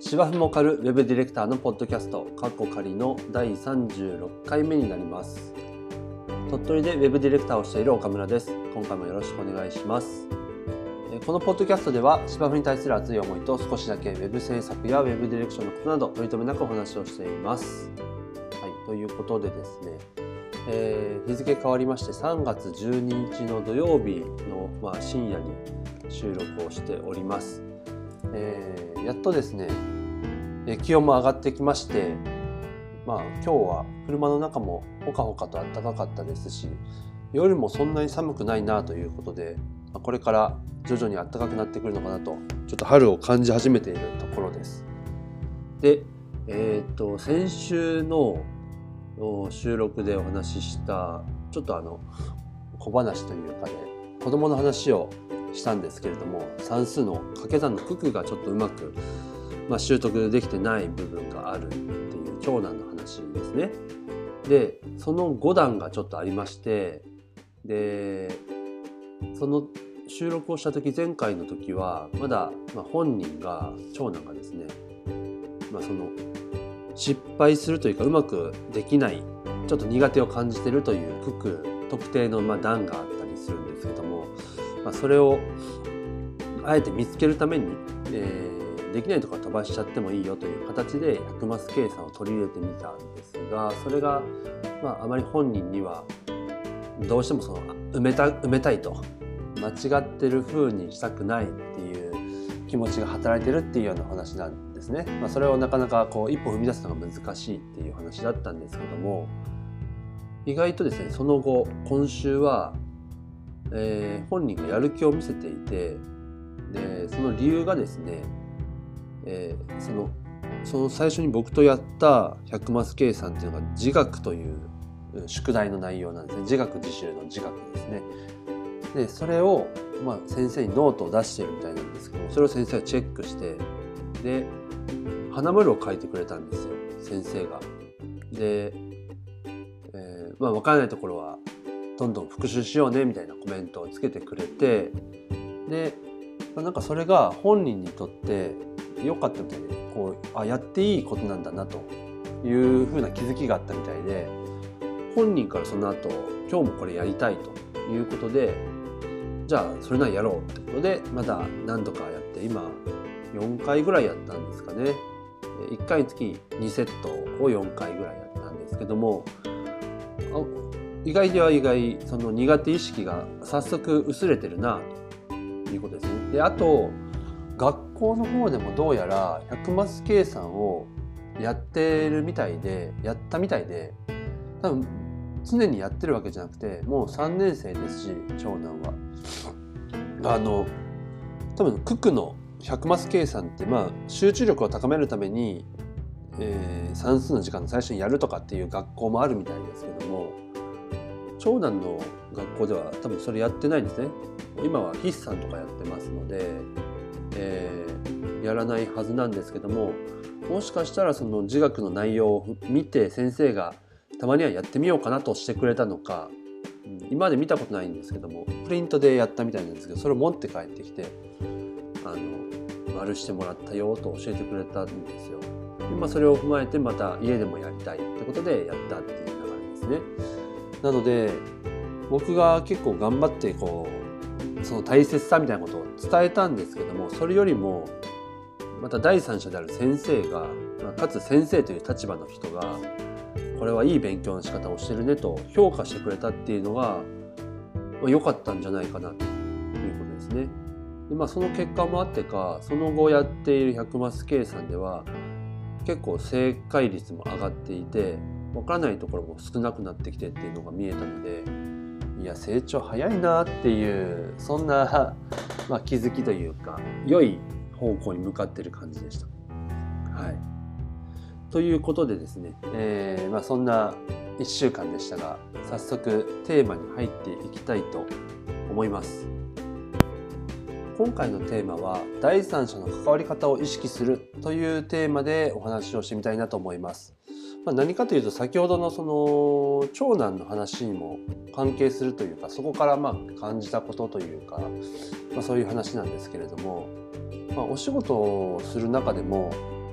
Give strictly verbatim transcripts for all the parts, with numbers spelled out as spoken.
芝生も狩るウェブディレクターのポッドキャストカッコ仮のだいさんじゅうろっかいめになります。鳥取でウェブディレクターをしている岡村です。今回もよろしくお願いします。このポッドキャストでは芝生に対する熱い思いと少しだけウェブ制作やウェブディレクションのことなど取り留めなくお話をしています。はい、ということでですね、えー、日付変わりましてさんがつじゅうににちの土曜日の、まあ、深夜に収録をしております。えー、やっとですね、えー、気温も上がってきまして、まあ、今日は車の中もほかほかと暖かかったですし、夜もそんなに寒くないなということで、これから徐々に暖かくなってくるのかなと、ちょっと春を感じ始めているところです。で、えー、と先週の収録でお話ししたちょっとあの小話というかね、子供の話をしたんですけれども、算数の掛け算の九九がちょっとうまく、まあ、習得できてない部分があるっていう長男の話ですね。で、そのご段がちょっとありまして、でその収録をした時、前回の時はまだ、まあ、本人が長男がですね、まあ、その失敗するというかうまくできない、ちょっと苦手を感じているという九九特定のまあ段があったりするんですけども、まあ、それをあえて見つけるために、えー、できないところは飛ばしちゃってもいいよという形でひゃくマス計算を取り入れてみたんですが、それが、まあ、あまり本人にはどうしてもその埋めた、埋めたいと、間違ってる風にしたくないっていう気持ちが働いてるっていうような話なんですね。まあ、それをなかなかこう一歩踏み出すのが難しいっていう話だったんですけども、意外とですね、その後今週は、えー、本人がやる気を見せていて、でその理由がですね、えー、そのその最初に僕とやったひゃくマス計算っていうのが自学という宿題の内容なんですね。自学自習の自学ですね。でそれを、まあ、先生にノートを出しているみたいなんですけども、それを先生がチェックして、で花丸を書いてくれたんですよ、先生が。で、えーまあ、分からないところはどんどん復習しようねみたいなコメントをつけてくれて、で、まあ、なんかそれが本人にとって良かったみたいで、こうあやっていいことなんだなというふうな気づきがあったみたいで、本人からその後今日もこれやりたいということで、じゃあそれならやろうってことでまた何度かやって、今よんかいぐらいやったんですかね。いっかいにつきにセットをよんかいぐらいやったんですけども、意外では意外、その苦手意識が早速薄れてるなということですね。で、あと学校の方でもどうやらひゃくマス計算をやってるみたいで、やったみたいで、多分常にやってるわけじゃなくて、もうさんねんせいですし、長男はあの多分九九のひゃくマス計算って、まあ、集中力を高めるために、えー、算数の時間の最初にやるとかっていう学校もあるみたいですけども、長男の学校では多分それやってないんですね。今は筆算とかやってますので、えー、やらないはずなんですけども、もしかしたらその自学の内容を見て先生がたまにはやってみようかなとしてくれたのか、今まで見たことないんですけども、プリントでやったみたいなんですけど、それを持って帰ってきて、あの丸してもらったよと教えてくれたんですよ。で、まあ、それを踏まえてまた家でもやりたいってことでやったっていう流れですね。なので僕が結構頑張ってこうその大切さみたいなことを伝えたんですけども、それよりもまた第三者である先生が、かつ先生という立場の人がこれはいい勉強の仕方をしてるねと評価してくれたっていうのが良かったんじゃないかなということですね。で、まあ、その結果もあってか、その後やっているひゃくマス計算では結構正解率も上がっていて、分からないところも少なくなってきてっていうのが見えたので、いや成長早いなっていう、そんな、まあ、気づきというか良い方向に向かっている感じでした。はい。ということでですね、えーまあ、そんないっしゅうかんでしたが、早速テーマに入っていきたいと思います。今回のテーマは第三者の関わり方を意識するというテーマでお話をしてみたいなと思います。まあ、何かというと、先ほどのその長男の話にも関係するというか、そこからまあ感じたことというか、まあ、そういう話なんですけれども、まあ、お仕事をする中でも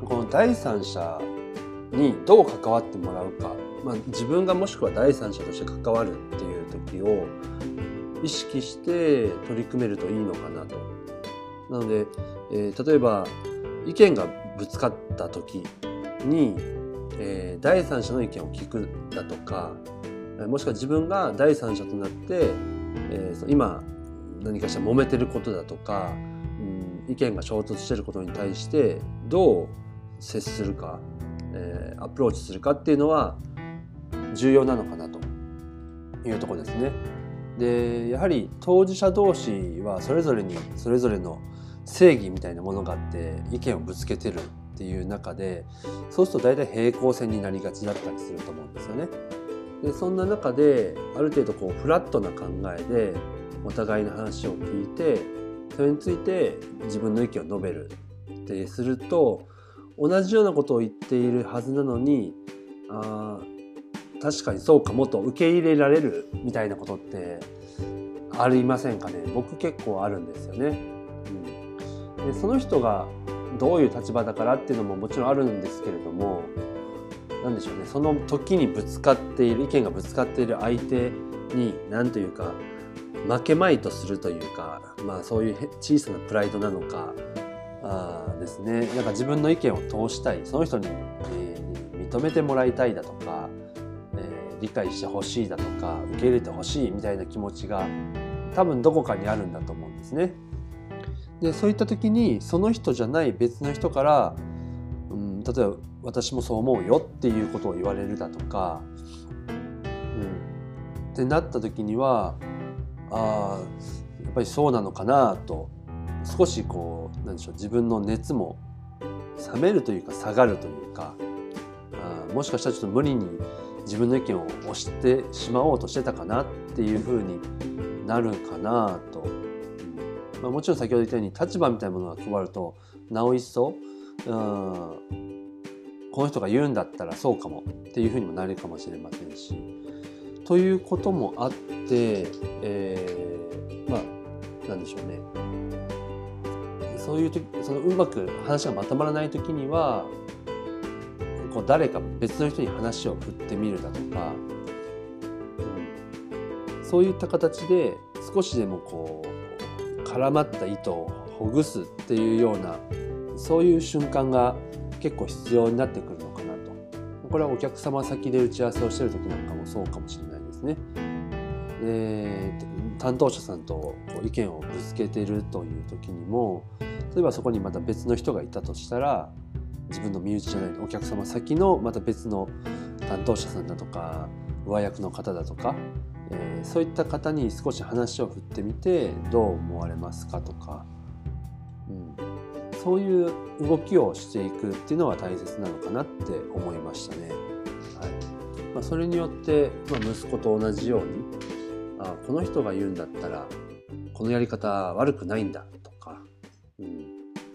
この第三者にどう関わってもらうか、まあ、自分がもしくは第三者として関わるっていう時を意識して取り組めるといいのかなと。なので、えー、例えば意見がぶつかった時に、えー、第三者の意見を聞くだとか、もしくは自分が第三者となって、えー、今何かしら揉めてることだとか、うん、意見が衝突していることに対してどう接するか、えー、アプローチするかっていうのは重要なのかなというところですね。で、やはり当事者同士はそれぞれにそれぞれの正義みたいなものがあって意見をぶつけてるっていう中で、そうすると大体平行線になりがちだったりすると思うんですよね。で、そんな中である程度こうフラットな考えでお互いの話を聞いて、それについて自分の意見を述べるってすると、同じようなことを言っているはずなのに、あ確かにそうかもと受け入れられるみたいなことってありませんかね。僕結構あるんですよね。うん、でその人がどういう立場だからっていうのももちろんあるんですけれども、なんでしょうね、その時にぶつかっている意見がぶつかっている相手に何というか負けまいとするというか、まあそういう小さなプライドなのかあですね、なんか自分の意見を通したい、その人に、えー、認めてもらいたいだとか、えー、理解してほしいだとか受け入れてほしいみたいな気持ちが多分どこかにあるんだと思うんですね。で、そういった時にその人じゃない別の人から、うん、例えば私もそう思うよっていうことを言われるだとか、うん、ってなった時には、あやっぱりそうなのかなと、少しこうなんでしょう、自分の熱も冷めるというか下がるというか、あもしかしたらちょっと無理に自分の意見を押してしまおうとしてたかなっていうふうになるかなと、うんまあ、もちろん先ほど言ったように立場みたいなものが加わるとなお一層、うん、この人が言うんだったらそうかもっていうふうにもなるかもしれませんし、ということもあって、えー、まあなんでしょうね、そういう時、そのうまく話がまとまらない時にはこう誰か別の人に話を振ってみるだとか、うん、そういった形で少しでもこう絡まった糸をほぐすっていうような、そういう瞬間が結構必要になってくるのかなと。これはお客様先で打ち合わせをしている時なんかもそうかもしれないですね。で、担当者さんとこう意見をぶつけているという時にも、例えばそこにまた別の人がいたとしたら、自分の身内じゃないお客様先のまた別の担当者さんだとか上役の方だとか、えー、そういった方に少し話を振ってみてどう思われますかとか、うん、そういう動きをしていくっていうのは大切なのかなって思いましたね。はいまあ、それによって、まあ、息子と同じように、あこの人が言うんだったらこのやり方悪くないんだとか、うん、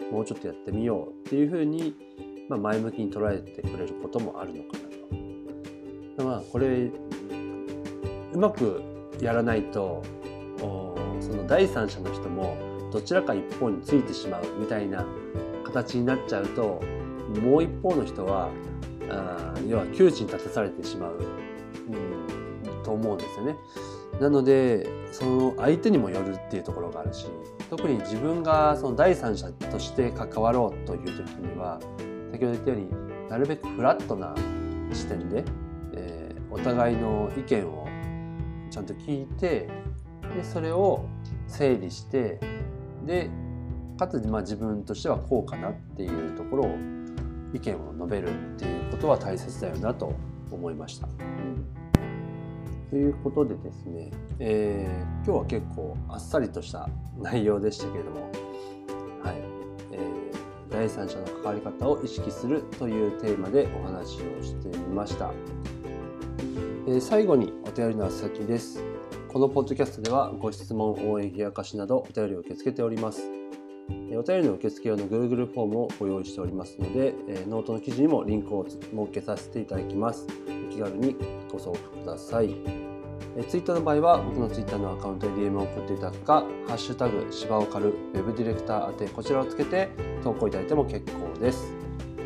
もうちょっとやってみようっていうふうに、まあ、前向きに捉えてくれることもあるのかなと。まあこれうまくやらないとその第三者の人もどちらか一方についてしまうみたいな形になっちゃうと、もう一方の人はあ要は窮地に立たされてしまう、うん、と思うんですよね。なのでその相手にもよるっていうところがあるし、特に自分がその第三者として関わろうという時には、先ほど言ったようになるべくフラットな視点で、えー、お互いの意見をちゃんと聞いて、でそれを整理して、でかつまあ自分としてはこうかなっていうところを意見を述べるっていうことは大切だよなと思いました。うんということでですね、えー、今日は結構あっさりとした内容でしたけれども、はいえー、第三者の関わり方を意識するというテーマでお話をしてみました。えー、最後にお便りの宛先です。このポッドキャストではご質問、応援、冷やかしなどお便りを受け付けております。お便りの受付用の Google フォームをご用意しておりますので、えー、ノートの記事にもリンクを設けさせていただきます。お気軽にご送付ください。えー、Twitter の場合は僕の Twitter のアカウントに ディーエム を送っていただくか、ハッシュタグ芝を刈る Web ディレクター宛てこちらをつけて投稿いただいても結構です。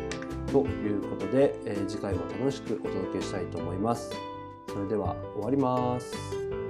ということで、えー、次回も楽しくお届けしたいと思います。それでは終わります。